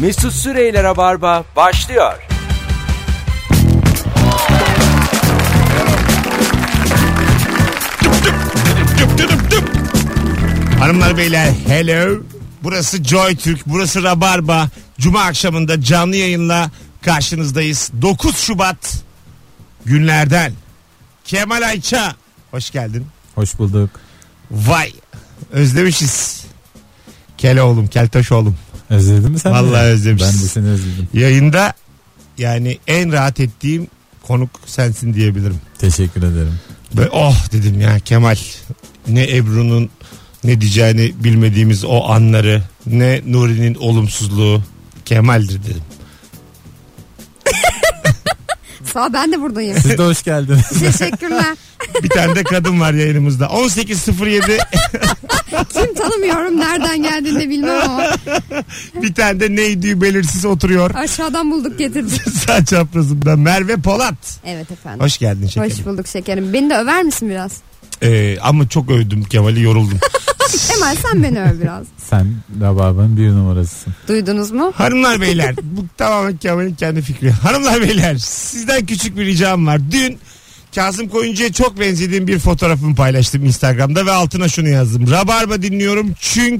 Mesut Süreyler'e Barba başlıyor. Hanımlar beyler hello. Burası Joy Türk, burası Rabarba. Cuma akşamında canlı yayınla karşınızdayız. 9 Şubat günlerden. Kemal Ayça, hoş geldin. Hoş bulduk. Vay, özlemişiz. Kele oğlum, keltoş oğlum. Özledin mi sen? Vallahi özlemişiz. Ben de seni özledim. Yayında yani en rahat ettiğim konuk sensin diyebilirim. Teşekkür ederim. Böyle, oh dedim ya Kemal. Ne Ebru'nun ne diyeceğini bilmediğimiz o anları, ne Nuri'nin olumsuzluğu, Kemal'dir dedim. Sağ ol, ben de buradayım. Siz de hoş geldiniz. Teşekkürler. Bir tane de kadın var yayınımızda. 18.07 Kim tanımıyorum, nereden geldiğini de bilmem ama. bir tane de neydi belirsiz oturuyor. Aşağıdan bulduk getirdik. Sağ çaprazımda Merve Polat. Evet efendim. Hoş geldin şekerim. Hoş bulduk şekerim. Beni de över misin biraz? Ama çok övdüm Kemal'i, yoruldum. Kemal sen beni öv biraz. Sen Rabarba'nın bir numarasısın. Duydunuz mu? Hanımlar beyler, bu tamamen Kemal'in kendi fikri. Hanımlar beyler, sizden küçük bir ricam var. Dün Kazım Koyuncu'ya çok benzediğim bir fotoğrafımı paylaştım Instagram'da ve altına şunu yazdım. Rabarba dinliyorum çünkü ...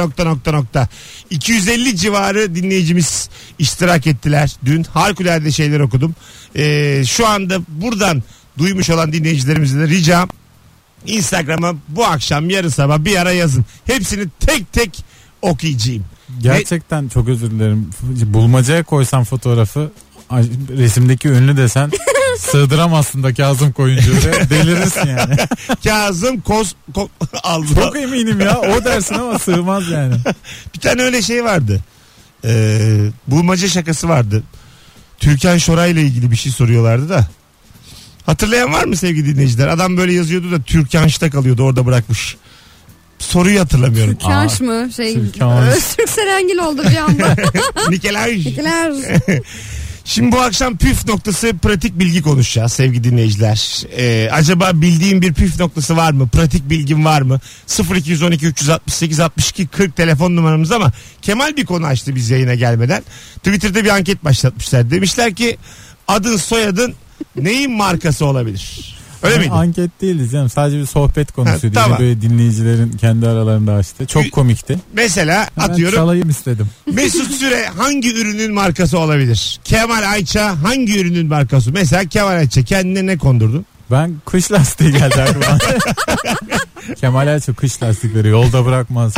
250 civarı dinleyicimiz iştirak ettiler. Dün harikulade şeyler okudum. Şu anda buradan duymuş olan dinleyicilerimize de ricam, Instagram'a bu akşam yarın sabah bir ara yazın. Hepsini tek tek okuyacağım. Gerçekten çok özür dilerim. Bulmacaya koysan fotoğrafı, resimdeki ünlü desen sığdıramazsın da Kazım Koyuncu'ya. Delirirsin yani. Kazım aldı. Çok eminim ya, o dersin ama sığmaz yani. Bir tane öyle şey vardı. Bulmaca şakası vardı. Türkan Şoray ile ilgili bir şey soruyorlardı da. Hatırlayan var mı sevgili dinleyiciler? Adam böyle yazıyordu da Türkanş'ta kalıyordu, orada bırakmış. Soruyu hatırlamıyorum. Türkanş mı? Türkanş. Öztürk Serengil oldu bir anda. Nikelaj. Nikelaj. Şimdi bu akşam püf noktası pratik bilgi konuşacağız sevgili dinleyiciler. Acaba bildiğin bir püf noktası var mı? Pratik bilgin var mı? 0212 368 62 40 telefon numaramız, ama Kemal bir konu açtı biz yayına gelmeden. Twitter'da bir anket başlatmışlar. Demişler ki adın soyadın neyin markası olabilir? Öyle miydi? Anket değildi canım, sadece bir sohbet konusuydu. Tamam. Böyle dinleyicilerin kendi aralarında açtı. Çok komikti. Mesela Ben atıyorum. çalayım istedim. Mesut Süre hangi ürünün markası olabilir? Kemal Ayça hangi ürünün markası? Mesela Kemal Ayça kendine ne kondurdun? Ben kış lastiği geldi aklıma. Kemal Ayça kış lastikleri yolda bırakmaz.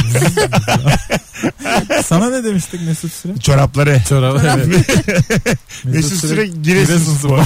Sana ne demiştik Mesut Süre? Çorapları. Çorap. Evet. Mesut Süre Giresunspor.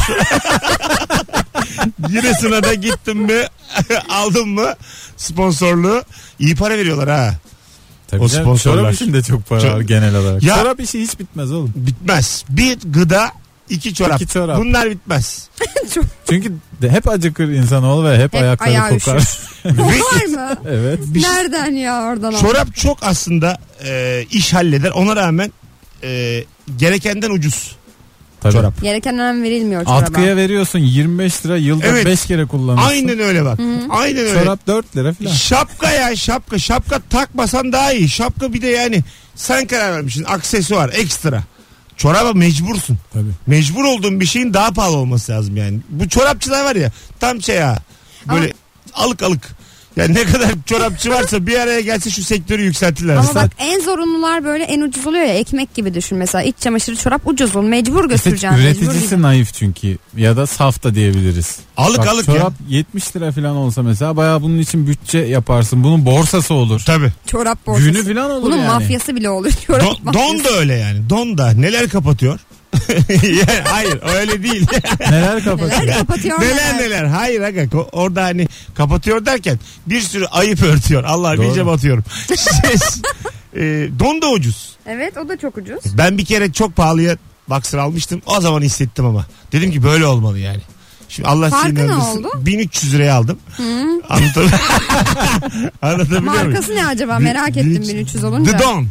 Giresun'a da gittim mi aldım mı sponsorluğu, iyi para veriyorlar ha. Tabii o canım, sponsorlar. çorap için de çok para var genel olarak. Ya, çorap işi hiç bitmez oğlum. Bitmez. Bir gıda, iki çorap. Bunlar bitmez. Çünkü hep acıkır insanoğlu ve hep ayakları kokar. Var mı? Evet. Nereden ya oradan? Çorap çok aslında iş halleder. Ona rağmen gerekenden ucuz. Tabii. Çorap. Gereken önem verilmiyor çoraba. Atkıya veriyorsun 25 lira, yılda Evet. 5 kere kullanırsın. Aynen öyle bak. Aynen öyle. Çorap 4 lira falan. Şapka ya şapka. Şapka takmasan daha iyi. Şapka bir de yani sen karar vermişsin. Aksesuar ekstra. Çoraba mecbursun. Tabii. Mecbur olduğun bir şeyin daha pahalı olması lazım yani. Bu çorapçılar var ya tam şey ya. Böyle alık alık. Yani ne kadar çorapçı varsa bir araya gelse şu sektörü yükseltirler. Ama bak en zorunlular böyle en ucuz oluyor ya, ekmek gibi düşün mesela. İç çamaşırı çorap ucuz ol, mecbur götüreceğim. Üreticisi naif çünkü, ya da saf da diyebiliriz. Alık bak, alık çorap ya. 70 lira falan olsa mesela bayağı bunun için bütçe yaparsın. Bunun borsası olur. Tabii. Çorap borsası. Günü falan olur bunun yani. mafyası bile olur. Çorap Don da öyle yani. Don da neler kapatıyor? Yani, hayır öyle değil. Neler kapatıyor? Neler kapatıyor? neler. Hayır aga, orada hani kapatıyor derken bir sürü ayıp örtüyor. Allah iyice batıyorum. Don da ucuz. Evet, o da çok ucuz. Ben bir kere çok pahalıya boxer almıştım. O zaman hissettim ama. Dedim ki böyle olmalı yani. Şimdi Allah farkı ne sinirlendirsin. oldu? 1300 liraya aldım. Anlatabiliyor muyum? Markası ne acaba, merak ettim 1300 olunca. The Don.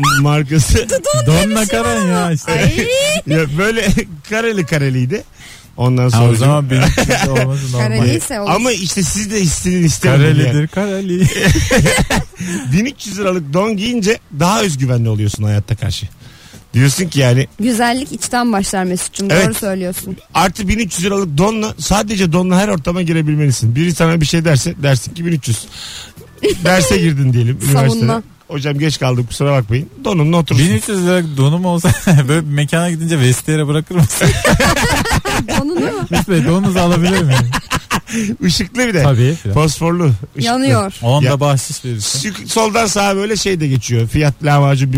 Markası. Don nakaran ya işte. Ya böyle kareliydi. Ondan sonra o zaman 1300 olması normal. Kareliyse olur. ama işte siz de isterim. Karelidir kareli. 1300 liralık don giyince daha özgüvenli oluyorsun hayatta karşı. Diyorsun ki yani Güzellik içten başlar Mesut'cum. Evet. Doğru söylüyorsun. artı 1300 liralık donla, sadece donla her ortama girebilmelisin. Biri sana bir şey derse dersin ki 1300. Derse girdin diyelim üniversitede. Savunma. Hocam geç kaldım kusura bakmayın. Donunla oturursun. 1300 lira donum olsa böyle bir mekana gidince vestiyere bırakır mısın? Donunu mu? Mesut Bey donunuzu alabilir miyim? Işıklı bir de. Tabii. Fosforlu. Işıklı. Yanıyor. Onda Ya- bahşiş verirsin. Soldan sağa böyle şey de geçiyor. Fiyat lahmacun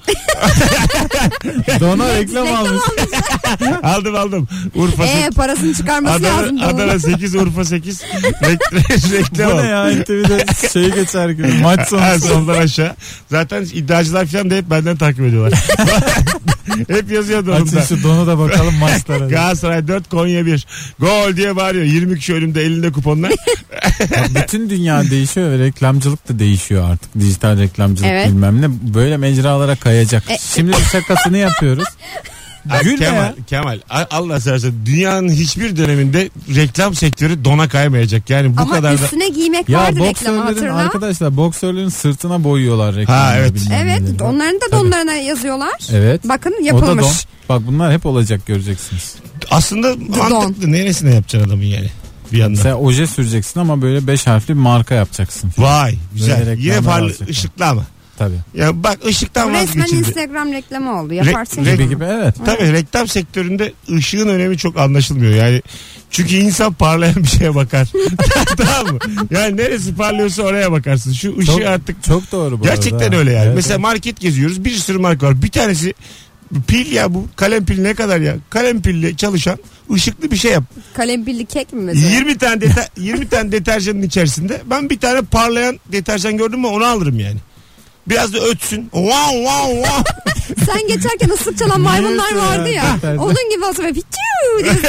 1,5. Dona reklam almış. aldım. Urfa 8. Parasını çıkarması lazım. Adana 8, Urfa 8. Reklam Bu al. ne ya? TV'de şey geçer gibi. Maç Ha, sonu. soldan aşağı. Zaten iddiacılar falan da hep benden takip ediyorlar. Hep yazıyor Açın donumda. şu donu da bakalım maçlara. Galatasaray 4, Konya 1. Gol diye bağırıyor. 20 kişi önümde elinde kuponlar. Bütün dünya değişiyor ve reklamcılık da değişiyor artık. Dijital reklamcılık Evet. bilmem ne. Böyle mecralara kayacak. Şimdi bir şakasını yapıyoruz. Gülme ya. Kemal Allah seversen dünyanın hiçbir döneminde reklam sektörü dona kaymayacak. Yani bu Ama kadar da. üstüne giymek Ya vardı reklamı boksörlerin hatırla. arkadaşlar boksörlerin sırtına boyuyorlar reklamları. Ha, evet. bilmem Evet neleri. onların da donlarına yazıyorlar. Evet. Bakın O da yapılmış. don. Bak bunlar hep olacak göreceksiniz. Aslında mantıklı. Neresine yapacaksın adamın yani? Bir yandan. Sen oje süreceksin ama böyle 5 harfli bir marka yapacaksın. Vay güzel. Böyle Yine reklamlar farklı alacaklar. ışıklı ama. Tabii. Ya bak ışıktan Resmen vazgeçildi. Instagram reklamı oldu. Yaparsın. Gibi gibi evet. Tabii reklam sektöründe ışığın önemi çok anlaşılmıyor. Yani çünkü insan parlayan bir şeye bakar. Tamam mı? Yani neresi parlıyorsa oraya bakarsın. Şu ışığı Çok, artık çok doğru bu gerçekten arada. öyle yani. Evet, Mesela evet. market geziyoruz. Bir sürü marka var. Bir tanesi pil ya bu. Kalem pil ne kadar ya? Kalem pille çalışan ışıklı bir şey yap. Kalem pilli kek mi mesela? 20 tane deterjanın içerisinde ben bir tane parlayan deterjan gördüm mü onu alırım yani. Biraz da ötsün. Wow wow wow. Sen geçerken ıslık çalan maymunlar Niyeyse ya, vardı ya. deterjan. Onun gibi olsa böyle piçiu diye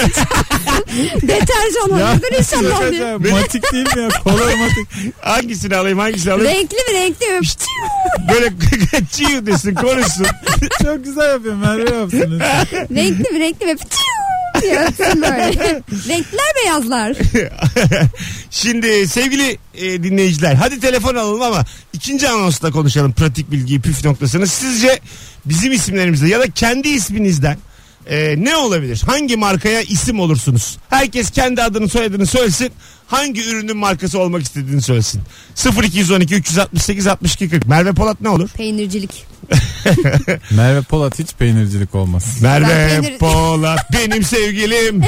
deterjan oluyordur inşallah diye. Matik değil mi ya? Kolay matik. Hangisini alayım? Renkli mi renkli mi? Piçiu. Böyle çiğ desin konuşsun. Çok güzel yapıyor. Merve yapsın. Renkli mi? Piçiu diyorsun böyle. Renkler beyazlar. Şimdi sevgili dinleyiciler hadi telefon alalım ama ikinci anonsta konuşalım pratik bilgiyi püf noktasını. Sizce bizim isimlerimizde ya da kendi isminizden ne olabilir? Hangi markaya isim olursunuz? Herkes kendi adını soyadını söylesin. Hangi ürünün markası olmak istediğini söylesin. 0212 368 62 40. Merve Polat ne olur? Peynircilik. Merve Polat hiç peynircilik olmaz. Merve peynir- Polat benim sevgilim.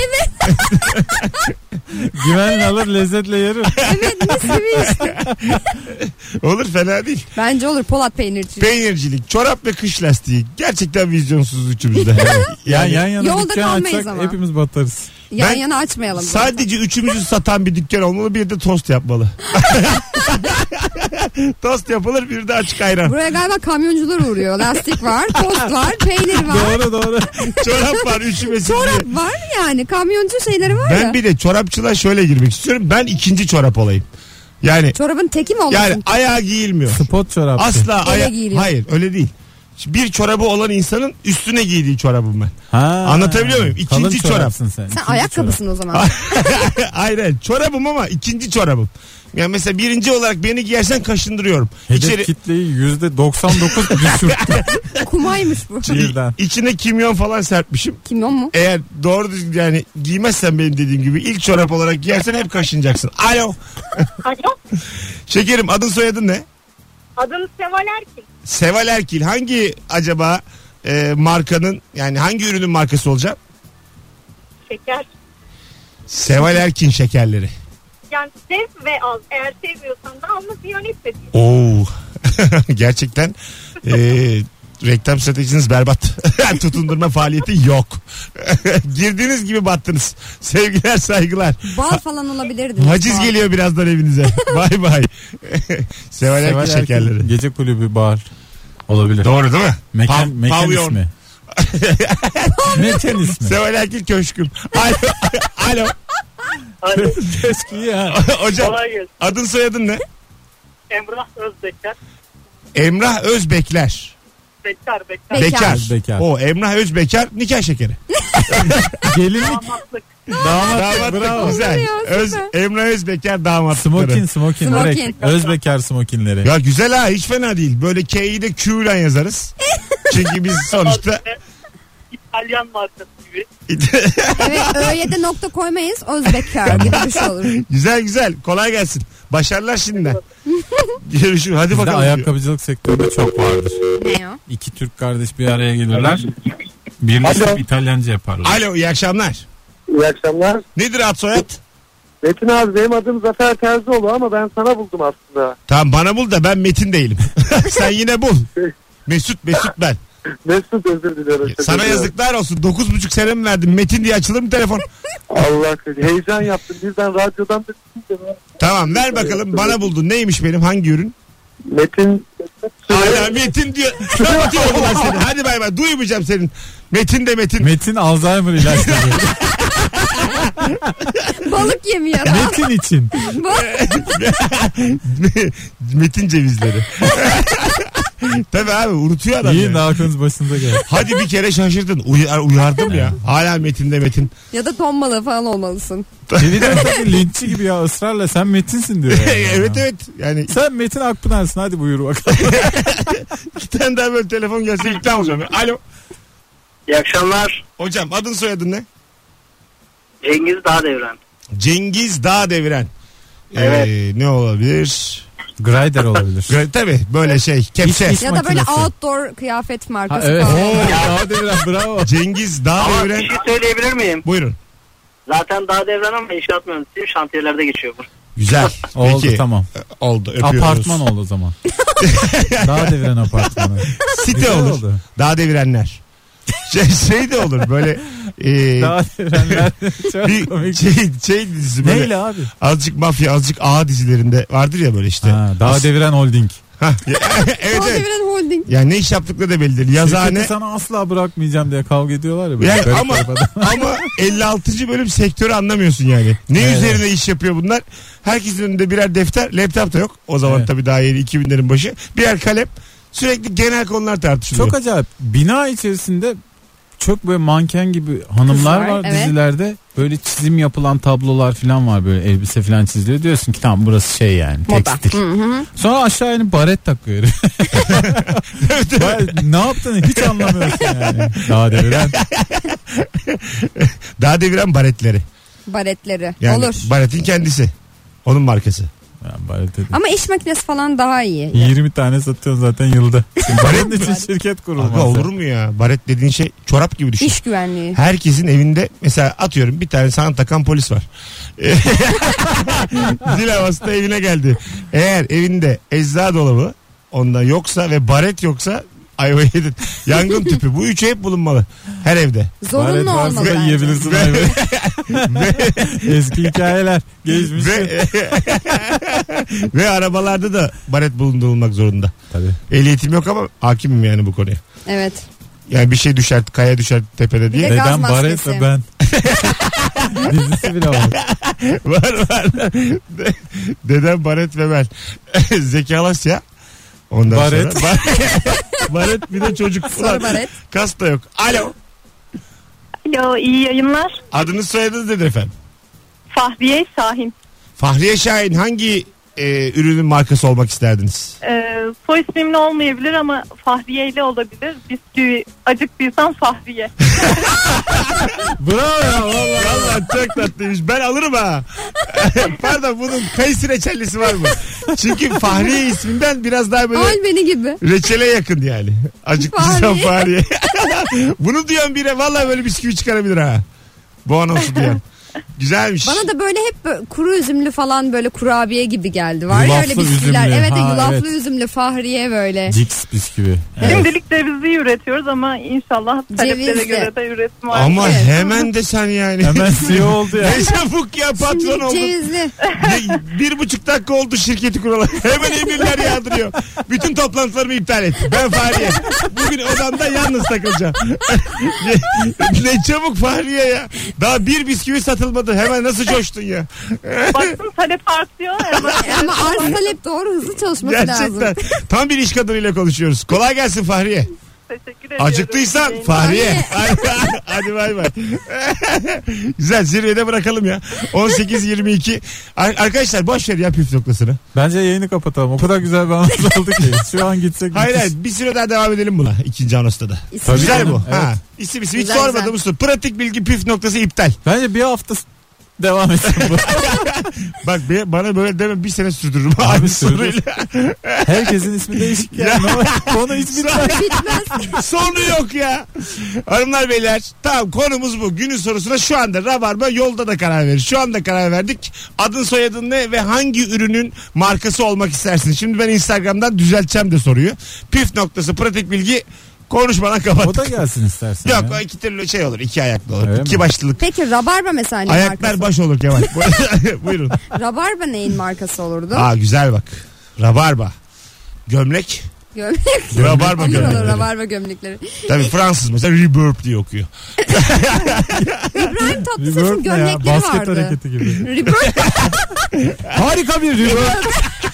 Güvenle alır lezzetle yerim. Evet mis gibi işte. Olur fena değil. Bence olur Polat peynircilik. Peynircilik, çorap ve kış lastiği. Gerçekten vizyonsuz üçümüzde. Yani yan yana Yolda dükkan kalmayız açsak ama. hepimiz batarız. Yan Ben yana açmayalım. Sadece üçümüzü satan bir dükkan olmalı, bir de tost yapmalı. Tost yapılır, bir de açık ayran. Buraya galiba kamyoncular uğruyor. Lastik var, tost var, peynir var. Doğru. Çorap var, üşümesin Çorap diye. var yani. Kamyoncu şeyleri var Ben ya. bir de çorapçılar şöyle girmek istiyorum. Ben ikinci çorap olayım. Yani Çorabın teki mi olmasın? yani ayağa giyilmiyor. Spot çorapçı. Asla Ele giyiliyor. hayır öyle değil. Bir çorabı olan insanın üstüne giydiği çorabım ben. Ha, Anlatabiliyor muyum? İkinci kalın çorap. çorapsın sen. Sen İkinci ayakkabısın o zaman. Hayır hayır çorabım ama ikinci çorabım. Yani mesela birinci olarak beni giyersen kaşındırıyorum. Hedef kitleyi %99 düşürttü. Kumaymış bu. Birden. İçine kimyon falan serpmişim. Kimyon mu? Eğer doğru düzgün yani giymezsen benim dediğim gibi ilk çorap olarak giyersen hep kaşınacaksın. Alo. Alo. Şekerim adın soyadın ne? Adım Seval Erkin. Seval Erkil. Hangi acaba markanın yani hangi ürünün markası olacak? Şeker. Seval Erkin şekerleri. Yani sev ve al. Eğer sevmiyorsan da alma ziyan etme diye. Oo. Gerçekten reklam stratejiniz berbat. Tutundurma faaliyeti yok. Girdiğiniz gibi battınız. Sevgiler saygılar. Bal falan olabilirdi. Haciz Bal. geliyor birazdan evinize. Bay bay. Seval Erkin Erkin şekerleri. Gece kulübü bar olabilir. Doğru değil mi? Mekan Pavyon. ismi. Mekan ismi. Seval Erkin köşküm. Alo. Alo. Keşke ya. Hocam Kolay gelsin. adın soyadın ne? Emrah Özbekar. Emrah Özbekler. Bekar. Bekar. Bekar. Özbekar. O Emrah Özbekar nikah şekeri. Gelinlik. Damatlık. Damatlık. Bravo. Güzel. Emrah Özbeker damatlıkları. Smokin. Direkt Özbeker smokinleri. Ya güzel ha, hiç fena değil. Böyle K'yi de Q'yle yazarız. Çünkü biz sonuçta İtalyan markası gibi. Evet, öyle de nokta koymayız. Özbekar gibi bir şey olur. güzel. Kolay gelsin. Başarılar şimdiden. Görüşürüz. Hadi Bizde bakalım. ayakkabıcılık sektöründe çok vardır. Ne o? İki Türk kardeş bir araya gelirler. Birleşip İtalyanca yaparlar. Alo, iyi akşamlar. İyi akşamlar. Nedir ad soyad? Metin abi, benim adım Zafer Terzioğlu ama ben sana buldum aslında. Tamam, bana bul da ben Metin değilim. Sen yine bul. Mesut ben. Mesut, özür dilerim. Sana yazıklar olsun. 9,5 sene mi verdim? Metin diye açılır mı telefon? Allah heyecan yaptım. Birden radyodan da Tamam, ver bakalım. Bana buldun. Neymiş benim? Hangi ürün? Metin. Hala Metin diyor. Kapatıyor lan seni. Hadi bay bay. Duymayacağım senin. Metin de Metin. Metin Alzheimer ilaçları. Balık yemiyor. Metin için. Metin cevizleri. Tabii abi, unutuyor adam. İyi, yani. aklınız başınıza gel. Hadi bir kere şaşırdın. Uyardım ya. Hala Metin de Metin. Ya da ton balığı falan olmalısın. Twitter'daki linççi gibi ya, ısrarla sen Metin'sin diyor. Yani. Evet. Yani Sen Metin Akpınar'sın, hadi buyur bakalım. iki tane daha böyle telefon gelse ikna olacağım. Alo. İyi akşamlar. Hocam, adın soyadın ne? Cengiz Dağdevren. Cengiz Dağdeviren. Evet. Ne olabilir? Grider olabilir. Tabii böyle şey, kepçe. İş Ya da böyle makinesi. outdoor kıyafet markası Evet. falan. Dağdevren, bravo. Cengiz Ama bir Dağdeviren. şey söyleyebilir miyim? Buyurun. Zaten Dağdevren ama inşaat mühendisiyim. Şantiyelerde geçiyor bu. Güzel. Oldu, Peki. tamam. Oldu. Öpüyoruz. Apartman oldu o zaman. Dağdevren apartmanı. Site Güzel olur. oldu. Dağdevirenler. Şey de olur böyle. Dağdevrenler çok Bir komik. şey dizisi böyle. Neyle abi? Azıcık mafya, azıcık ağa dizilerinde vardır ya böyle işte. Ha, Dağdevren Holding. Evet. Dağdeviren Holding. Yani ne iş yaptıkları da belli değil. Yazıhane. Şirketi sana asla bırakmayacağım diye kavga ediyorlar ya. Böyle Yani garip ama garip adam. ama 56. bölüm sektörü anlamıyorsun yani. Ne Evet. üzerine iş yapıyor bunlar? Herkesin önünde birer defter, laptop da yok. O zaman Evet. tabii daha yeni 2000'lerin başı. Birer kalem. Sürekli genel konular tartışılıyor. Çok acayip. Bina içerisinde çok böyle manken gibi hanımlar Kızlar, var evet. dizilerde. Böyle çizim yapılan tablolar falan var, böyle elbise falan çiziliyor. Diyorsun ki tamam, burası şey yani, Moda. tekstil. Sonra aşağı inip baret takıyor herif. Ne yaptığını hiç anlamıyorsun yani. Dağdevren. Dağdeviren baretleri. Baretleri. Yani Olur. baretin kendisi. Onun markası. Yani baret dedi. Ama iş makinesi falan daha iyi. 20 tane satıyorsun zaten yılda. Baret için şirket kurulmaz. Aga, olur mu ya? Baret dediğin şey çorap gibi düşün. İş güvenliği. Herkesin evinde mesela atıyorum bir tane sana takan polis var. Zil havasında evine geldi. Eğer evinde eczacı dolabı onda yoksa ve baret yoksa ayva yedin. Yangın tüpü. Bu üçü hep bulunmalı. Her evde. Baret Zorunlu varsa olmalı da bence. yiyebilirsin ayvayı. Eski hikayeler. Geçmiş. Ve arabalarda da baret bulundurulmak zorunda. Tabii. Ehliyetim yok ama hakimim yani bu konuya. Evet. Yani bir şey düşer, kaya düşer tepede diye. Bir de gaz Neden baret maskesi. ve ben. Dizisi bile var. var. Dedem baret ve ben. Zeki Alasya. Ondan Baret. sonra. Baret bir de çocuk. Sarı baret. Kas da yok. Alo. Alo, iyi yayınlar. Adınız soyadınız nedir efendim? Fahriye Şahin. Fahriye Şahin, hangi ürünün markası olmak isterdiniz? Soy ismimle olmayabilir ama Fahriye ile olabilir. Bisküvi acıktıysan Fahriye. Bravo ya vallahi. Vallahi çok tatlıymış. Ben alırım ha. Pardon, bunun kayısı reçellisi var mı? Çünkü Fahriye isminden biraz daha böyle Al beni gibi. reçele yakın yani. Acıktıysan Fahriye. Fahriye. Bunu duyan biri vallahi böyle bisküvi çıkarabilir ha. Bu anonsu duyan. Güzelmiş. Bana da böyle hep böyle kuru üzümlü falan böyle kurabiye gibi geldi. Var ya Yulaflı öyle bisküviler. üzümlü. Evet, Ha, yulaflı evet. üzümlü Fahriye böyle. Cix bisküvi. Evet. Şimdilik cevizi üretiyoruz ama inşallah taleplere Cevizli. göre de üretim var. Ama Evet. hemen de sen yani. Hemen CEO oldu ya. Ne çabuk ya, patron Şimdi oldun. cevizli. 1,5 dakika oldu şirketi kuralı. Hemen emirler yağdırıyor. Bütün toplantılarımı iptal et. Ben Fahriye. Bugün odamda yalnız takılacağım. ne çabuk Fahriye ya. Daha bir bisküvi satılmadı. Hemen nasıl coştun ya. Baktım talep artıyor. Ama arz talep doğru, hızlı çalışması Gerçekten. lazım. Tam bir iş kadınıyla konuşuyoruz. Kolay gelsin Fahriye. Teşekkür ediyorum. Acıktıysan Fahriye. Hadi bay bay. Güzel, zirvede bırakalım ya. 18-22. Arkadaşlar boş ver ya püf noktasını. Bence yayını kapatalım. O kadar güzel bir anons oldu ki. Şu an gitsek. Hayır bir süre daha devam edelim buna. 2. anonsta da. İsim Güzel canım, bu. evet. Ha. İsim hiç Güzel, sormadım güzel. usta. Pratik bilgi püf noktası iptal. Bence bir hafta devam etsin bu. Bak bana böyle deme, bir sene sürdürürüm. Abi Aynı sürdür. soruyla. Herkesin ismi değişik yani. Konu hiç bitmez. bitmez. Sonu yok ya. Hanımlar beyler, tamam, konumuz bu. Günün sorusuna şu anda Rabarba yolda da karar verir. Şu anda karar verdik. Adın soyadın ne ve hangi ürünün markası olmak istersin? Şimdi ben Instagram'dan düzelteceğim de soruyu. Püf noktası pratik bilgi, konuşmadan kapat. O da gelsin istersen. Yok, ya. o iki türlü şey olur. İki ayaklı olur. Öyle İki mi? başlılık. Peki rabarba mesela ne Ayaklar markası? baş olur Kemal. Buyurun. Rabarba neyin markası olurdu? Aa, güzel bak. Rabarba. Gömlek. Gömlek. Rabarba Olur olur gömlekleri. rabarba gömlekleri. Tabii Fransız mesela Reverb diye okuyor. İbrahim Tatlıses'in Reverb ne ya? gömlekleri Basket vardı. hareketi gibi. Reverb. Harika bir reverb.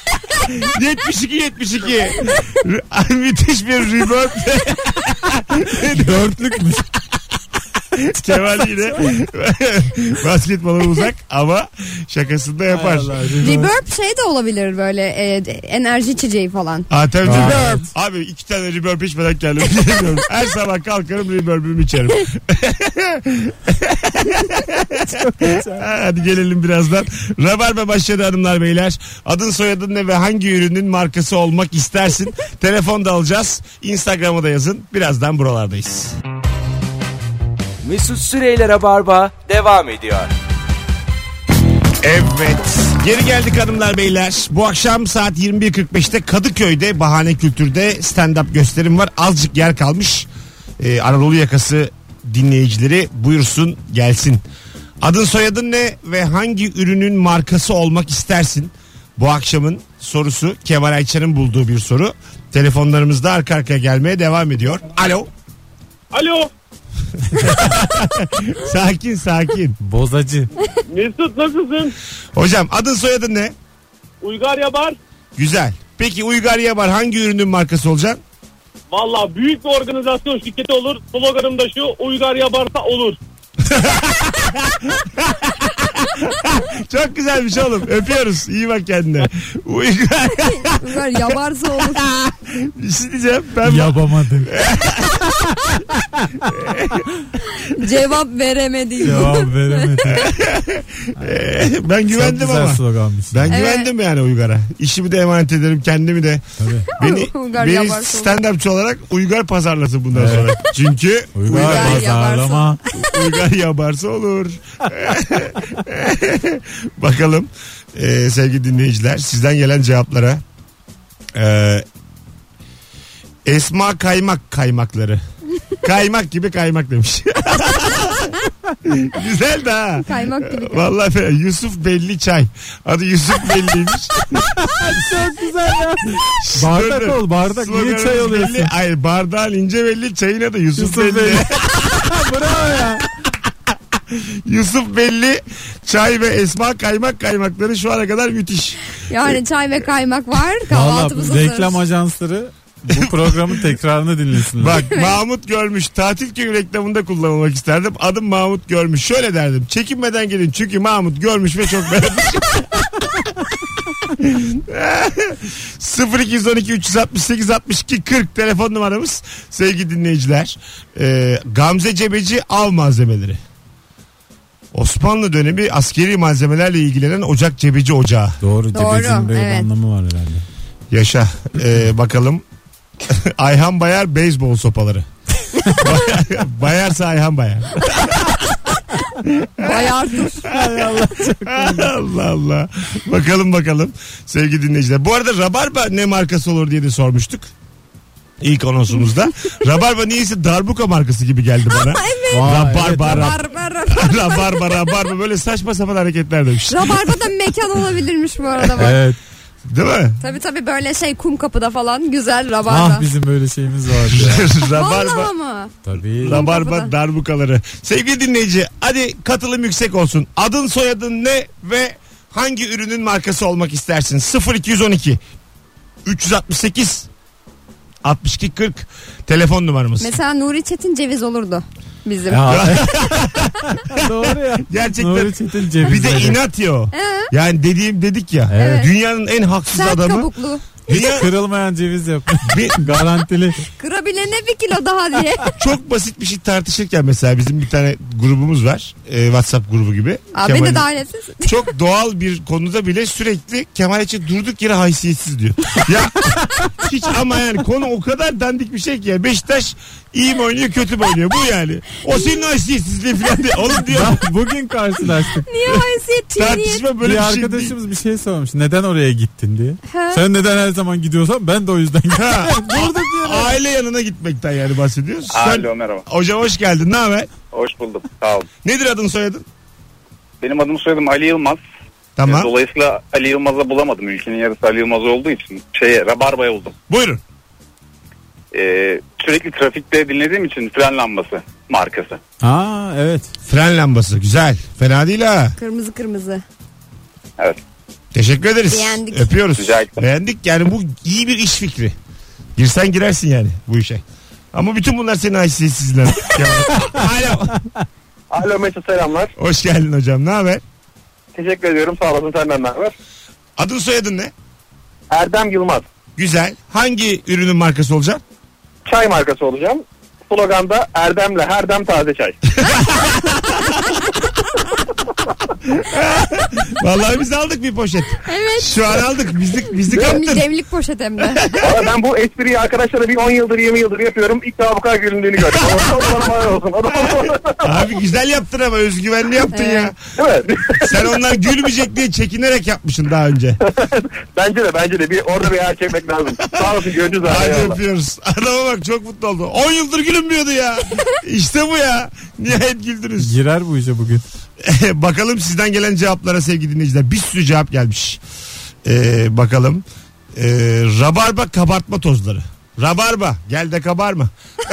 72. Müthiş bir reverb. Dörtlükmüş. Kemal yine basketbola uzak ama şakasını da yapar. Hay Allah, Reverb şey de olabilir böyle enerji içeceği falan. Aa, tabii. Reverb. Abi 2 tane reverb içmeden geldim. Bilmiyorum. Her sabah kalkarım reverb'ümü içerim. Hadi gelelim birazdan. Rabarba başladı hanımlar beyler. Adın soyadın ne ve hangi ürünün markası olmak istersin? Telefon da alacağız. Instagram'a da yazın. Birazdan buralardayız. Mesut Süreyler'e barba devam ediyor. Evet. Geri geldik hanımlar beyler. Bu akşam saat 21.45'te Kadıköy'de Bahane Kültür'de stand-up gösterim var. Azıcık yer kalmış. Anadolu yakası dinleyicileri buyursun gelsin. Adın soyadın ne ve hangi ürünün markası olmak istersin? Bu akşamın sorusu, Kemal Ayça'nın bulduğu bir soru. Telefonlarımız da arka arkaya gelmeye devam ediyor. Alo. Alo. Sakin. Bozacı. Mesut nasılsın? Hocam adın soyadın ne? Uygar Yabar. Güzel. Peki Uygar Yabar hangi ürünün markası olacak? Valla büyük bir organizasyon şirketi olur. Sloganım da şu: Uygar Yabar'sa olur. Çok güzelmiş oğlum. Öpüyoruz. İyi bak kendine. Uygar. Uygar yabarsa olur. Bir şey diyeceğim. Ben Yapamadık. Cevap veremedi. Cevap veremedik. ben Çok güvendim güzel ama. sloganmış. Ben Evet. güvendim yani Uygar'a. İşimi de emanet ederim, kendimi de. Tabii. Uygar Beni yabarsa olur. stand-upçı olarak Uygar pazarlasın bundan Evet. sonra. Çünkü Uygar Uygar pazarlama. Uygar yabarsa olur. Bakalım sevgili dinleyiciler, sizden gelen cevaplara. Esma kaymakları. Kaymak gibi kaymak demiş. Güzel de ha. Kaymak gibi. Vallahi fena. Yusuf Belli çay. Adı Yusuf Belli'ymiş. Çok güzel ya. Bardak ol bardak. Niye Sloganımız çay oluyorsun? belli. Hayır, bardağın ince belli, çayın adı Yusuf Belli. Bravo ya. Yusuf Belli çay ve Esma kaymakları şu ana kadar müthiş. Yani çay ve kaymak var. Valla Kahvaltımızı reklam ajansları bu programın tekrarını dinlesinler. Bak Mahmut Görmüş, tatil köyü reklamında kullanmak isterdim. Adım Mahmut Görmüş. Şöyle derdim: çekinmeden gelin çünkü Mahmut görmüş ve çok beğenmiş. 0212 368 62 40 telefon numaramız sevgili dinleyiciler. Gamze Cebeci av malzemeleri. Osmanlı dönemi askeri malzemelerle ilgilenen Ocak Cebeci Ocağı. Doğru. Cebecinin böyle bir evet. anlamı var herhalde. Yaşa. Bakalım. Ayhan Bayar beyzbol sopaları. Bayarsa Ayhan Bayar. bayardır. Allah Allah. Bakalım sevgili dinleyiciler. Bu arada Rabarba ne markası olur diye de sormuştuk. İlk anonsumuzda. Rabarba niyeyse darbuka markası gibi geldi bana. Rabarba böyle saçma sapan hareketler demiş. Rabarba'da mekan olabilirmiş bu arada bak. Evet. Değil mi? Tabii böyle şey Kumkapı'da falan güzel rabarba. Ah bizim böyle şeyimiz vardı ya. Rabarba. Vallahi mı? Tabii. Rabarba Kumkapı'da. darbukaları. Sevgili dinleyici, hadi katılım yüksek olsun. Adın soyadın ne ve hangi ürünün markası olmak istersin? 0212 368 62 40 telefon numaramız. Mesela Nuri Çetin ceviz olurdu bizim. Ya. Doğru ya. Gerçekten. Nuri Çetin ceviz. Bir de inat ya o. Yani dedik ya. Evet. Dünyanın en haksız Sert adamı. kabuklu. Dünya Kırılmayan ceviz yapıyor. Garantili. Kırabilene bir kilo daha diye. çok basit bir şey tartışırken mesela bizim bir tane grubumuz var. WhatsApp grubu gibi. Abi beni de dahil etsin. Çok doğal bir konuda bile sürekli Kemal için durduk yere haysiyetsiz diyor. Ya hiç ama yani konu o kadar dandik bir şey ki ya. Beşiktaş iyi mi oynuyor kötü mü oynuyor bu yani. O senin haysiyetsizliği falan diye. Oğlum diyor. Bugün karşılaştık. Niye haysiyetçi niye? Tartışma böyle Bir bir şey değil. arkadaşımız bir şey sormuş. Neden oraya gittin diye. Ha. Sen neden her zaman gidiyorsan ben de o yüzden gittim. Ha, Durduk yere. aile yanına gitmekten yani bahsediyoruz. Alo, merhaba. Hocam hoş geldin. Ne haber? Hoş buldum. Sağ olun. Nedir adın soyadın? Benim adım soyadım Ali Yılmaz. Tamam. Dolayısıyla Ali Yılmaz'a bulamadım. Ülkenin yarısı Ali Yılmaz olduğu için Rabarba'ya buldum. Buyurun. Sürekli trafikte dinlediğim için fren lambası markası. Aa evet. Fren lambası güzel. Fena değil ha. Kırmızı kırmızı. Evet. Teşekkür ederiz. Beğendik. Öpüyoruz. Rica ederim. Beğendik yani bu iyi bir iş fikri. Girsen girersin yani bu işe. Ama bütün bunlar senin haysiyetsizliğinden. Alo. Alo Mesut selamlar. Hoş geldin hocam. Ne haber? Teşekkür ediyorum. Sağ olasın. Senden ne haber? Adın soyadın ne? Erdem Yılmaz. Güzel. Hangi ürünün markası olacak? Çay markası olacağım. Sloganda Erdem'le her dem taze çay. Vallahi biz aldık bir poşet. Evet. Şu an aldık. Bizi kaptın. Demlik poşet hem de. Ama ben bu espriyi arkadaşlara bir 10 yıldır 20 yıldır yapıyorum. İlk defa bu kadar gülündüğünü gördüm. O bana var olsun. Abi güzel yaptın ama özgüvenli yaptın ya. Evet. Sen onlar gülmeyecek diye çekinerek yapmışsın daha önce. Bence de bir orada bir yer çekmek lazım. Sağ olasın görüşürüz abi. Hadi Eyvallah. öpüyoruz. Adama bak çok mutlu oldu. 10 yıldır gülünmüyordu ya. İşte bu ya. Nihayet güldünüz. Girer bu işe bugün. Bakalım sizden gelen cevaplara sevgili dinleyiciler. Bir sürü cevap gelmiş. Bakalım. Rabarba kabartma tozları. Rabarba gel de kabarma.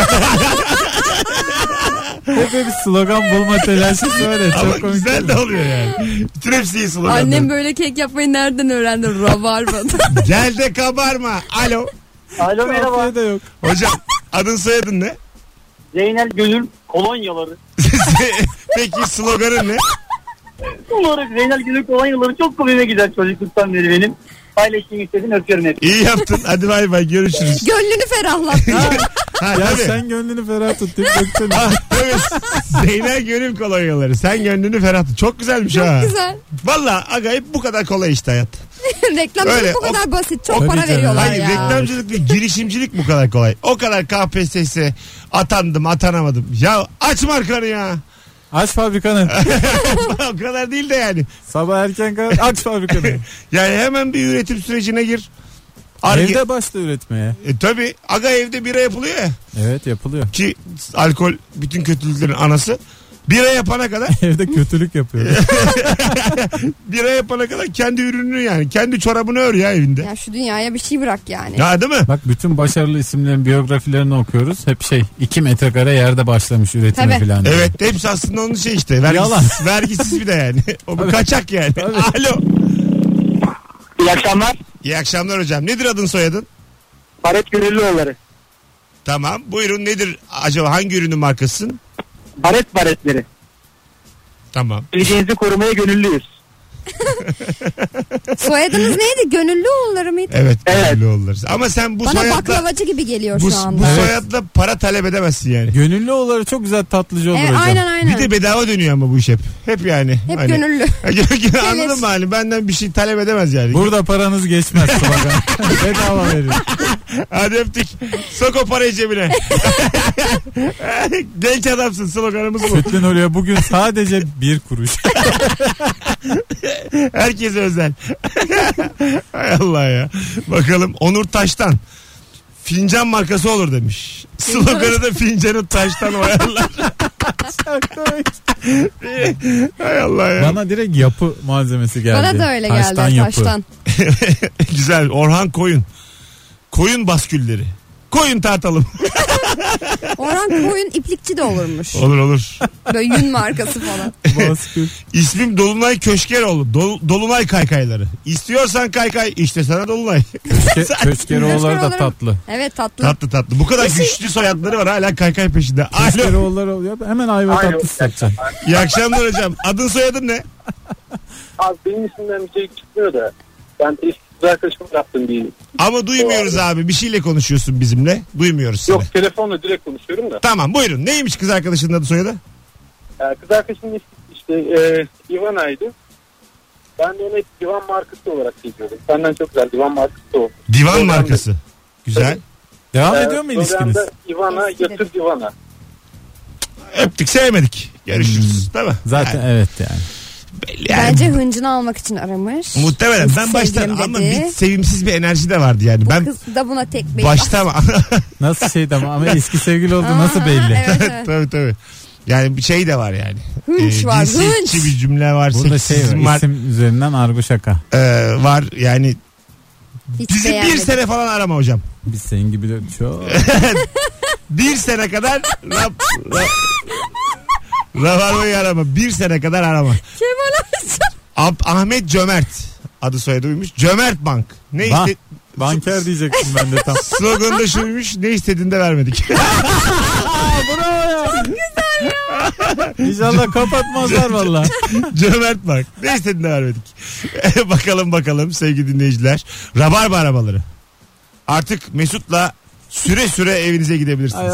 Hep bir slogan bulma telaşı söyle. Ama Çok komik. güzel de oluyor yani. Bütün hepsi iyi sloganlar. Annem böyle kek yapmayı nereden öğrendi? Rabarba'da. Gel de kabarma. Alo. Alo merhaba. Afiyet de yok. Hocam adın soyadın ne? Zeynel Gönül kolonyaları. Peki sloganın ne? Olarak Zeynel Gönül kolonyaları çok komiğime gider çocukluktan beri benim. Paylaştığım istedim öpüyorum hep. İyi yaptın. Hadi bay bay görüşürüz. Gönlünü ferahlattı. Ha, Ya tabii. sen gönlünü ferah tut deyip döktün. Ha, evet. Zeynel Gönül kolonyaları. Sen gönlünü ferah tut. Çok güzelmiş ha. Güzel. Valla agayip bu kadar kolay işte hayat. Reklamcılık Öyle, bu kadar basit. Çok Tabii para canım. veriyorlar Hayır ya. reklamcılık değil girişimcilik bu kadar kolay. O kadar KPSS atandım atanamadım. Ya aç markanı ya. Aç fabrikanı. O kadar değil de yani. Sabah erken kalk aç fabrikanı. Yani hemen bir üretim sürecine gir. Evde başla üretmeye. Tabii aga evde bira yapılıyor ya. Evet yapılıyor. Ki alkol bütün kötülüklerin anası. Bira yapana kadar Evde kötülük yapıyor. bira yapana kadar kendi ürününü yani kendi çorabını ör ya evinde. Ya şu dünyaya bir şey bırak yani. Ya değil mi? Bak bütün başarılı isimlerin biyografilerini okuyoruz. Hep 2 metrekare yerde başlamış üretimi Tabii. falan. diye. Evet hepsi aslında onun şey işte. Yalan. Vergisiz bir de yani. O bir kaçak yani. Alo. İyi akşamlar. İyi akşamlar hocam. Nedir adın soyadın? Paret Gönüllüoğulları. Tamam. Buyurun nedir acaba hangi ürünün markasısın? Baretleri. Tamam. Geleceğinizi korumaya gönüllüyüz. Soyadınız neydi? Gönüllüoğulları mıydı? Evet. Evet. Öyle olur. Ama sen bu Bana soyadla baklavacı gibi geliyor bu şu anda. soyadla para talep edemezsin yani. Gönüllü olarak çok güzel tatlıcı olur Evet, hocam. aynen. Bir de bedava dönüyor ama bu iş hep. Hep yani. Hep gönüllü. Anladın mı hani benden bir şey talep edemez yani. Burada paranız geçmez. slogan. Bedava verin. Hadi öptük. Sok o parayı cebine. Genç adamsın sloganımız bu. Sütlü Nuriye bugün sadece 1 kuruş. Herkese özel. Hay Allah ya. Bakalım Onur Taş'tan. Fincan markası olur demiş. Sloganı da fincanı taştan oyarlar. Hay Allah ya. Bana direkt yapı malzemesi geldi. Bana da öyle Taştan geldi. yapı. Taştan. Güzel. Orhan Koyun. Koyun baskülleri. Koyun tartalım. Orhan Koyun iplikçi de olurmuş. Olur. Böyle yün markası falan. İsmim Dolunay Köşkeroğlu. Dolunay kaykayları. İstiyorsan kaykay, işte sana Dolunay. Köşkeroğulları da tatlı. Evet, tatlı. Tatlı. Bu kadar güçlü soyadları var, hala kaykay peşinde. Alo. Köşkeroğulları oluyor. Hemen ayva tatlısı satacaksın. İyi akşamlar hocam. Adın soyadın ne? Abi benim isimden bir şey çıkmıyor da. Ben eski kız arkadaşımı yaptım diyeyim. Ama duymuyoruz abi. Bir şeyle konuşuyorsun bizimle. Duymuyoruz seni. Yok, telefonla direkt konuşuyorum da. Tamam, buyurun. Neymiş kız arkadaşının adı soyadı? Kız arkadaşımın işte Ivana'ydı. Ben de onu hep divan markası olarak seçiyordum. Senden çok güzel divan markası o. Divan markası. Güzel. Devam ediyor mu ilişkiniz? Ivana, yatır divana. Öptük, sevmedik. Görüşürüz. Değil mi? Zaten evet yani. Yani bence hıncını almak için aramış. Muhtemelen. Ben baştan ama bir sevimsiz bir enerji de var yani. Bu kız da buna tek belli. Başta Nasıl şeydi ama eski sevgili oldu nasıl belli? Evet. tabii. Yani bir şey de var yani. Hınç var, cinsiyetçi bir cümle var. Burada seksizm var. İsim üzerinden argo şaka. Var yani. Hiç Bizi beğenmedim. 1 sene falan arama hocam. Biz senin gibi de çok. 1 sene kadar Rabarba'yı arama. 1 sene kadar arama. Kemal Ahmet Cömert adı soyadı uymuş. Cömert Bank. Ne iste... Banker diyecektim ben de tam. Sloganı da şuymuş. Ne istediğini de vermedik. Bravo ya. Çok güzel ya. İnşallah kapatmazlar valla. Cömert Bank. Ne istediğini de vermedik. bakalım sevgili dinleyiciler. Rabarba aramaları. Artık Mesut'la süre evinize gidebilirsiniz.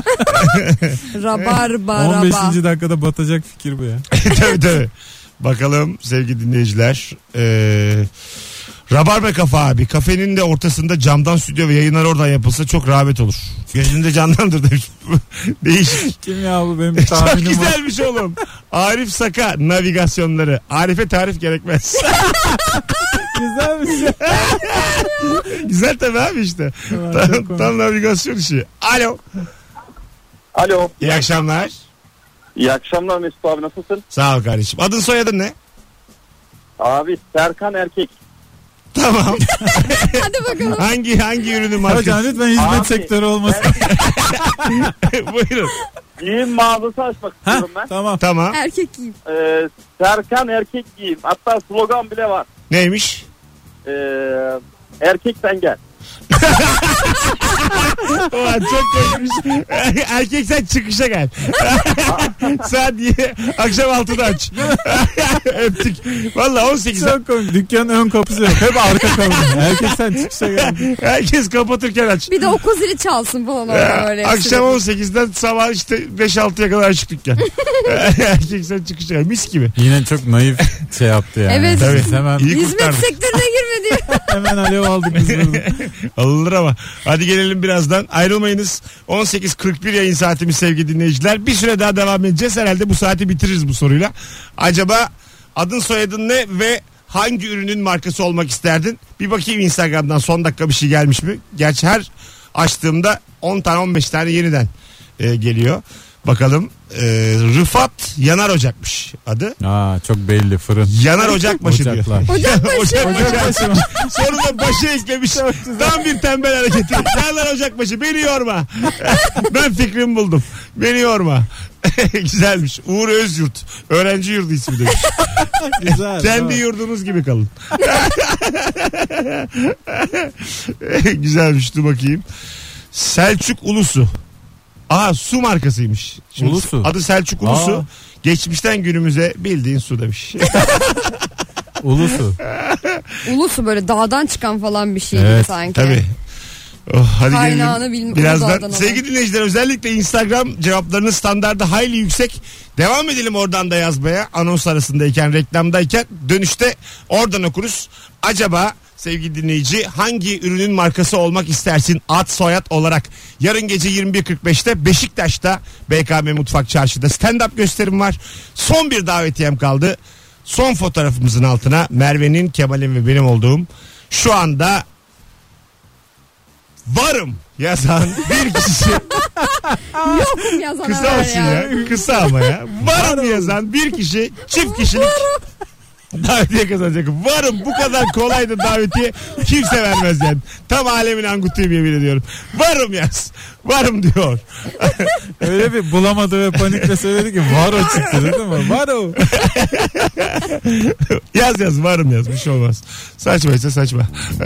Rabarba. 15. dakikada batacak fikir bu ya. tabii. Bakalım sevgili dinleyiciler. Rabarba Kafa abi. Kafenin de ortasında camdan stüdyo ve yayınlar oradan yapılsa çok rağbet olur. Gözünde canlandır demiş. Değişik. Kim ya bu, benim tahminim Çok güzelmiş oğlum. Arif Saka navigasyonları. Arif'e tarif gerekmez. Güzelmiş. Güzel tabii abi işte. Tam navigasyon işi. Alo. İyi akşamlar. İyi akşamlar Mesut abi, nasılsın? Sağ ol kardeşim. Adın soyadın ne? Abi Serkan Erkek. Tamam. Hadi bakalım. Hangi ürünün markası? Hocam lütfen hizmet sektörü olmasın. Buyurun. Giyim mağazası açmak istiyorum ben. Tamam. Erkek giyim. Serkan Erkek Giyim. Hatta slogan bile var. Neymiş? Erkek sen gel. Ulan çok koymuş. Erkek sen çıkışa gel. Saat akşam 6'da aç. Öptük. Valla 18. Çok komik. Dükkanın ön kapısı yok. Hep arka kapı. Erkek sen çıkışa gel. Herkes kapatırken aç. Bir de okul zili çalsın falan orada böyle. Akşam 18'den sabah işte 5-6'ya kadar açık dükkan. Erkek sen çıkışa gel. Mis gibi. Yine çok naif şey yaptı yani. Evet. Tabii. Hemen, İyi hizmet kurtardık. sektörüne girme diyor. hemen alev aldık biz burada. Alınır ama. Hadi gelelim birazdan. Ayrılmayınız. 18.41 yayın saatimiz sevgili dinleyiciler. Bir süre daha devam edeceğiz. Herhalde bu saati bitiririz bu soruyla. Acaba adın soyadın ne ve hangi ürünün markası olmak isterdin? Bir bakayım Instagram'dan son dakika bir şey gelmiş mi? Gerçi her açtığımda 10 tane 15 tane yeniden geliyor. Bakalım. Rıfat Yanar Ocakmış adı. Çok belli, fırın. Yanar Ocakbaşı diyor. Ocakbaşı. Sonunda başı eklemiş. Tam bir tembel hareketi. Yanar Ocakbaşı, beni yorma. Ben fikrimi buldum. Beni yorma. Güzelmiş. Uğur Özyurt. Öğrenci yurdu ismi demiş. Güzel. Kendi yurdunuz gibi kalın. Güzelmiş, dur bakayım. Selçuk Ulusu. Su markasıymış. Şimdi Ulusu. Adı Selçuk Ulusu. Geçmişten günümüze bildiğin su demiş. Ulusu böyle dağdan çıkan falan bir şey evet, sanki. Tabii. Hadi kaynağını gelelim. Birazdan sevgili dinleyiciler, özellikle Instagram cevaplarının standardı hayli yüksek. Devam edelim oradan da yazmaya. Anons arasındayken, reklamdayken, dönüşte oradan okuruz. Acaba sevgili dinleyici hangi ürünün markası olmak istersin ad soyad olarak? Yarın gece 21.45'te Beşiktaş'ta BKM Mutfak Çarşı'da stand-up gösterim var. Son bir davetiyem kaldı. Son fotoğrafımızın altına Merve'nin, Kemal'in ve benim olduğum, şu anda varım yazan bir kişi. Yokum yazan. Kısa olsun ya. Kısa ama ya. Varım yazan bir kişi, çift kişilik Davetiye kazanacak. Varım, bu kadar kolaydı davetiye. Kimse vermez yani. Tam alemin angutuyum yemin ediyorum. Varım yaz. Varım diyor. Öyle bir bulamadı ve panikle söyledi ki var o çıktı değil mi? Var o. Yaz varım yaz, bir şey olmaz. Saçmaysa saçma.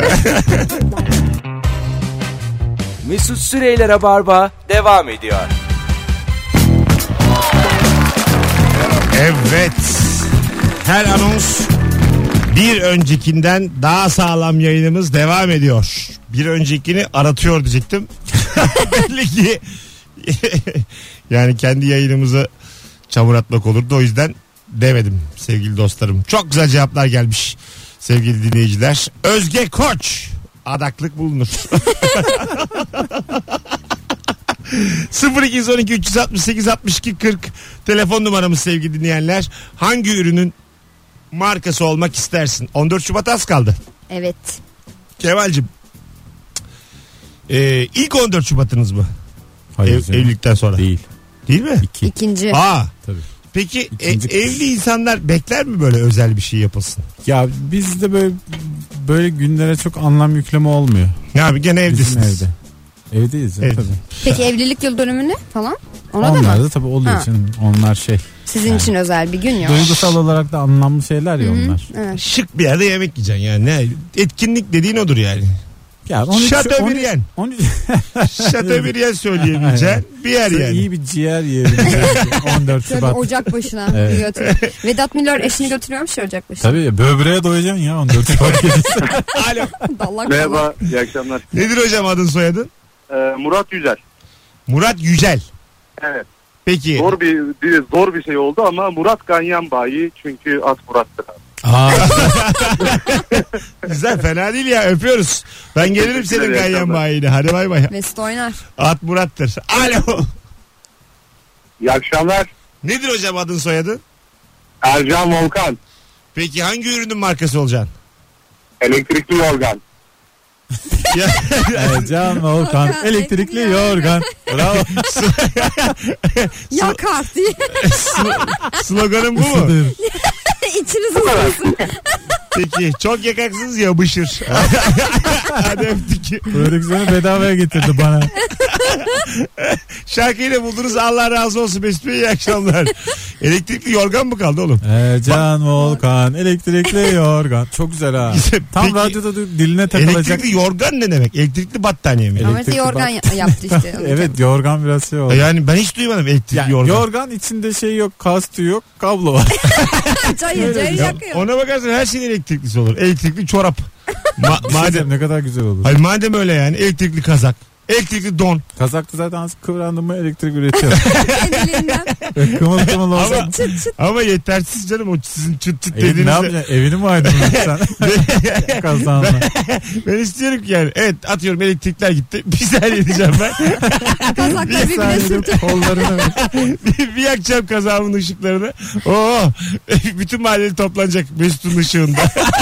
Mesut Süreyler'e barba devam ediyor. Evet. Her anons bir öncekinden daha sağlam yayınımız devam ediyor. Bir öncekini aratıyor diyecektim. Belli ki yani kendi yayınımızı çamur atmak olurdu, o yüzden demedim sevgili dostlarım. Çok güzel cevaplar gelmiş sevgili dinleyiciler. Özge Koç adaklık bulunur. 0212 368 62 40 telefon numaramız sevgili dinleyenler. Hangi ürünün markası olmak istersin? 14 Şubat az kaldı. Evet. Kemal'cim, ilk 14 Şubat'ınız mı? Hayır Evlilikten sonra. Değil. Değil mi? İkinci. Tabii. Peki İkinci evli insanlar bekler mi böyle özel bir şey yapılsın? Ya bizde böyle günlere çok anlam yükleme olmuyor. Ya abi gene Bizim evdesiniz. evde. Evdeyiz ya, Evet. tabii. Peki evlilik yıl dönümünü falan? Ona da Onlar mı? da tabii oluyor Ha. için. Onlar şey. Sizin Yani. için özel bir gün ya. Duygusal olarak da anlamlı şeyler ya onlar. Evet. Şık bir yerde yemek yiyeceksin yani. Ne? Etkinlik dediğin odur yani. Ya Şatöbriyen. Şatöbriyen söyleyemeyeceksin. Bir yer yani. İyi bir ciğer yiyebiliriz. 14 Şöyle Şubat. ocak başına Evet. götür. Vedat Milor eşini götürüyormuş ya ocak başına. Tabii böbreğe doyacaksın ya 14 Şubat gecesi. Alo. Dallak Merhaba, iyi akşamlar. Nedir hocam adın soyadın? Murat Yücel. Murat Yücel. Evet. Peki. Zor bir şey oldu ama Murat Ganyan bayi, çünkü at Murat'tır. Güzel, fena değil ya, öpüyoruz. Ben gelirim senin Teşekkürler, ganyan akşamlar. bayine. Hadi bay bay. Mesut oynar. At Murat'tır. Alo. İyi akşamlar. Nedir hocam adın soyadın? Ercan Volkan. Peki hangi ürünün markası olacaksın? Elektrikli yorgan. Ya, Can Volkan elektrikli yorgan. Bravo. Yakar diye. Sloganın bu mu? İçiniz ısınsın. Peki çok yakaksınız ya, bışır. Hadi öptük. Prodüksiyonu bedavaya getirdi bana. Şarkıyı da buldunuz, Allah razı olsun Mesut Bey, iyi akşamlar. Elektrikli yorgan mı kaldı oğlum? Can Volkan elektrikli yorgan. Çok güzel ha. Tam Peki, radyoda diline takılacak. elektrikli yorgan ne demek? Elektrikli battaniye mi? Ama mesela yorgan yaptı işte. Evet, yorgan biraz şey oldu. Yani ben hiç duymadım elektrikli Yani yorgan. yorgan içinde şey yok, kastı yok, kablo var. Cayır Ya, yakıyor. ona bakarsan her şeyin elektriklisi olur. Elektrikli çorap. Madem ne kadar güzel olur. hayır, madem öyle yani, elektrikli kazak, elektrikli don. Kazakta zaten az kıvrandın mı elektrik üretiyor. Kendiliğinden. Kımıl kımıl olsa. Ama, ama yetersiz canım, o sizin çıt çıt Ne dediğinizde. yapacaksın? Evini mi aydınlatacaksın? Kazanma. Ben istiyorum ki yani, evet atıyorum elektrikler gitti. Bir saniye diyeceğim ben. Kazakla birbirine Sadece sürtün. kollarını bir yakacağım kazağımın ışıklarını. Oo, bütün mahalleli toplanacak Mesut'un ışığında.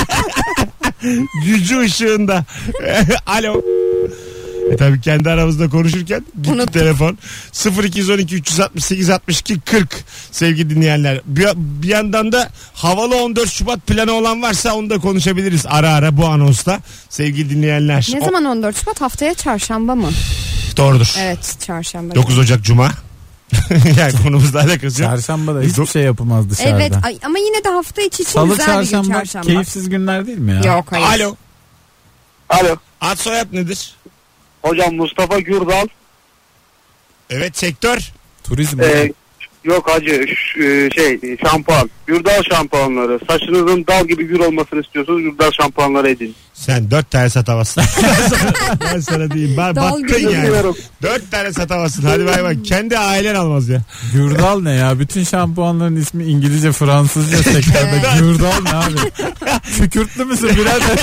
Gücü ışığında. Alo. Tabii kendi aramızda konuşurken gitti Unuttum. telefon. 0212 368 62 40 sevgili dinleyenler. Bir yandan da havalı 14 Şubat planı olan varsa onu da konuşabiliriz ara ara bu anonsta sevgili dinleyenler. Ne zaman 14 Şubat? Haftaya çarşamba mı? Doğrudur. Evet, çarşamba. 9 Ocak Cuma. Yani konumuzla alakası yok. Çarşamba da hiçbir şey yapılmaz dışarıda. Evet, ama yine de hafta içi için Salı, güzel bir gün çarşamba, çarşamba. keyifsiz günler değil mi ya? Yok, hayır. Alo. Alo. Ad soyad nedir? Hocam Mustafa Gürdal. Evet, sektör. Turizm. Yok hacı şampuan. Gürdal şampuanları. Saçınızın dal gibi gür olmasını istiyorsanız Gürdal şampuanları edin. Sen 4 tane satamazsın. Ben sana diyeyim. Dal Baktın gibi. yani. 4 tane satamazsın. Hadi bay bay. Kendi ailen almaz ya. Gürdal ne ya? Bütün şampuanların ismi İngilizce, Fransızca sektörde. Gürdal ne abi? Kükürtlü müsün birader?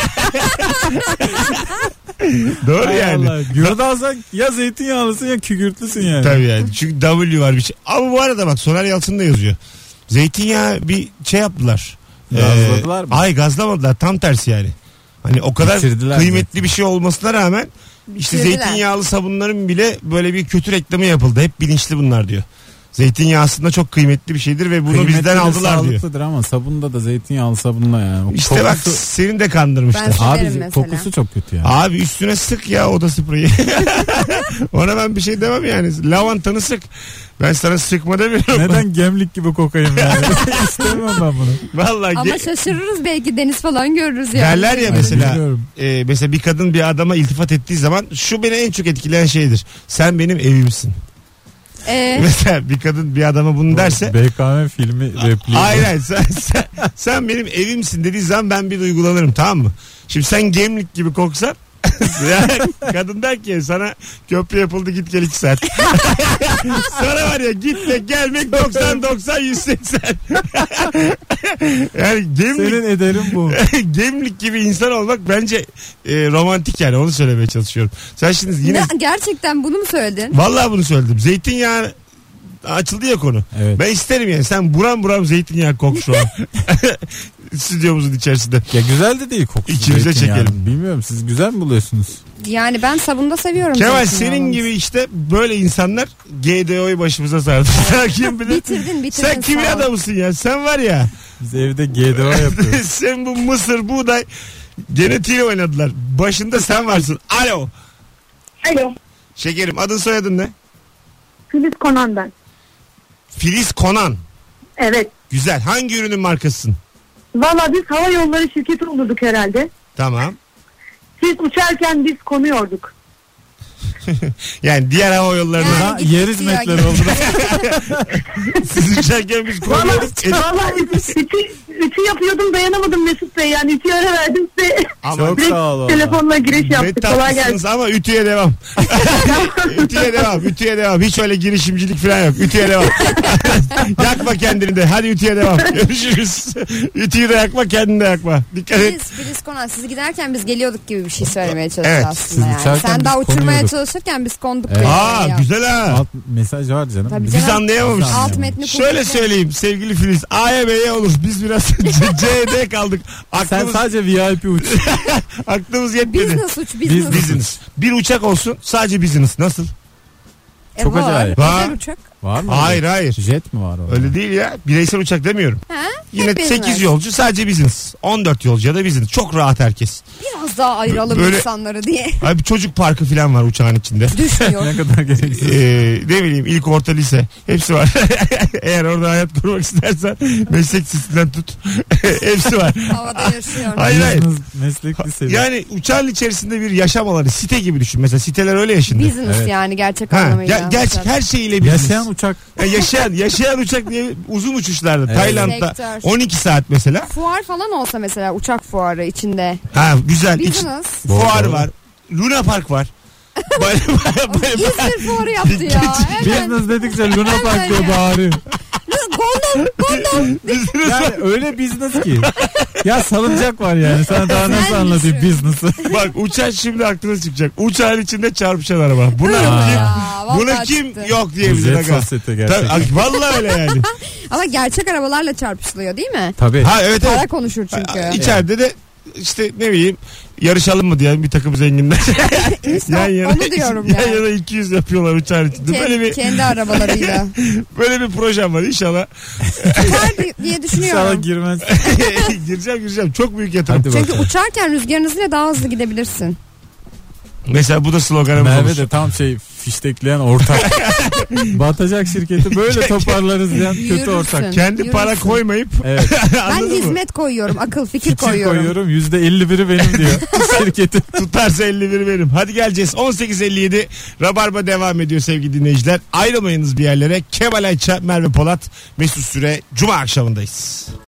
Doğru Hay yani. Allah. Gürdalsan ya zeytinyağlısın ya kükürtlüsün yani. Tabii yani. Çünkü W var bir şey. Ama bu arada bak, Soner Yalçın da yazıyor. Zeytinyağı bir şey yaptılar. Gazladılar mı? Ay, gazlamadılar. Tam tersi yani. Hani o kadar Bitirdiler kıymetli zaten. bir şey olmasına rağmen işte Bitirdiler. zeytinyağlı sabunların bile böyle bir kötü reklamı yapıldı. Hep bilinçli bunlar diyor. Zeytinyağı aslında çok kıymetli bir şeydir ve bunu Kıymetli bizden de aldılar diyor. sağlıklıdır ama sabunda da zeytinyağlı sabunla yani. İşte Kokusu- bak seni de kandırmışlar. Ben severim Abi mesela. kokusu çok kötü yani. Abi üstüne sık ya oda spreyi. Ona ben bir şey demem yani. Lavantanı sık. Ben sana sıkma demiyorum. Neden gemlik gibi kokayım yani? İstemiyorum ben bunu. Vallahi Ama şaşırırız belki deniz falan görürüz yani. derler ya mesela. Bilmiyorum. Mesela bir kadın bir adama iltifat ettiği zaman şu beni en çok etkileyen şeydir. Sen benim evimsin. Mesela bir kadın bir adama bunu derse. BKM filmi repliği. Hayır hayır sen benim evimsin dediği zaman ben bir duygulanırım, tamam mı? Şimdi sen gemlik gibi koksan yani kadın der ki sana köprü yapıldı git gel 2 saat. Sana var ya gitmek gelmek 90-90-180. Yani gemlik, Senin ederim bu. gemlik gibi insan olmak bence romantik yani, onu söylemeye çalışıyorum. Sen şimdi yine Gerçekten bunu mu söyledin? vallahi bunu söyledim. Zeytinyağı açıldı ya konu. Evet. Ben isterim yani sen buram buram zeytinyağı kok şu an. Stüdyomuzun içerisinde. Ya güzel de değil kokusu. İçimize zeytinyağı. çekelim. Bilmiyorum siz güzel mi buluyorsunuz? Yani ben sabunda seviyorum. Kemal zeytinyağlı. senin gibi işte böyle insanlar GDO'yu başımıza sardı. Kim bilir? Bitirdin Sen kimin sağ ol. adamısın ya? Sen var ya. Biz evde GDO yapıyoruz. Sen bu mısır, buğday genetiğiyle oynadılar. Başında sen varsın. Alo. Alo. Şekerim adın soyadın ne? Filiz Konan ben. Filiz Konan. Evet. Güzel. Hangi ürünün markasısın? Valla biz hava yolları şirketi olurduk herhalde. Tamam. Siz uçarken biz konuyorduk. Yani diğer hava yollarına Ha, yer hizmetleri oldu. siz uçarken biz koyuyoruz. Valla ütü yapıyordum dayanamadım Mesut Bey. Yani ütüye ara verdim size. Çok Direkt sağ ol. telefonla giriş Ne yaptık. Kolay tatlısınız gelsin. ama ütüye devam. Ütüye devam. Hiç öyle girişimcilik falan yok. Ütüye devam. Yakma kendini de. Hadi ütüye devam. Görüşürüz. Ütüyü de yakma, kendini de yakma. Dikkat et. Filiz Konan siz giderken biz geliyorduk gibi bir şey söylemeye çalışıyor Evet, aslında siz yani. uçarken Sen biz daha uçurmaya konuyorduk. çalışırken biz konduk. Evet. böyle Aa ya. güzel ha. Alt mesaj var canım. Tabii Biz- Biz canım. anlayamamışız. Alt metni Şöyle kurduk. söyleyeyim sevgili Filiz. A'ya B'ye olur. Biz biraz C'de kaldık. Sen Aklımız, sadece VIP uç. aklımız yetmedi. Business uç business. Business. Bir uçak olsun sadece business. Nasıl? Çok var. acayip. Var. Özel uçak. Var mı? Hayır hayır. Jet mi var orada? Öyle değil ya. Bireysel uçak demiyorum. Ha? Yine Hep 8 business. yolcu sadece business. 14 yolcu ya da business. Çok rahat herkes. Biraz daha ayıralım Böyle- insanları diye. Abi çocuk parkı falan var uçağın içinde. Düşmüyor. Ne kadar gereksiz. Ne bileyim ilk orta lise hepsi var. Eğer orada hayat kurmak istersen meslek lisesinden tut. Hepsi var. Havada yaşıyor. Hayır hayır. Business meslek lisesi. Yani uçağın içerisinde bir yaşam alanı, site gibi düşün. Mesela siteler öyle ya şimdi. Business Evet. yani gerçek Ha, anlamıyla. gerçek her şeyiyle business. Yaşayan uçak. Yaşayan uçak diye uzun uçuşlarda. Evet. Tayland'da Sektör. 12 saat mesela. Fuar falan olsa mesela uçak fuarı içinde. Ha güzel. Business. Fuar Doğru. var. Luna Park var. İzmir fuarı yaptı ya. Hemen. Business dedikçe Luna Park diye bağırıyor. Gondol. Yani öyle business ki. Ya salıncak var yani. Sana daha nasıl Sen anlatayım düşün. business'ı? Bak uçak şimdi aklına çıkacak. Uçağın içinde çarpışan araba. Buna Ya, buna vallahi kim çıktı. yok Bu diyebilir. jet aga. sosyete Tabii, gerçekten. vallahi öyle yani. Ama gerçek arabalarla çarpışılıyor değil mi? Tabii. Ha evet Para evet. konuşur çünkü. İçeride de işte ne bileyim yarışalım mı diye bir takım zenginler. İşte onu diyorum yan yani. yana 200 yapıyorlar uçağın içinde. Böyle bir Kendi arabalarıyla. böyle bir projem var inşallah. Tutar diye İnşallah düşünüyorum. girmez. gireceğim. Çok büyük yatırım. Hadi Çünkü bakalım. uçarken rüzgarın hızıyla daha hızlı gidebilirsin. Mesela bu da sloganımız Merve olur. de tam fiştekleyen ortak. Batacak şirketi böyle toparlarız diyen kötü Yürürsün. ortak. Kendi para Yürürsün. koymayıp Evet. Ben anladın mı? hizmet koyuyorum. Akıl fikir Fikir koyuyorum. koyuyorum. %51'i benim diyor. Şirketin. Tutarsa 51 benim. Hadi geleceğiz. 18.57 Rabarba devam ediyor sevgili dinleyiciler. Ayrılmayınız bir yerlere. Kemal Ayça, Merve Polat, Mesut Süre. Cuma akşamındayız.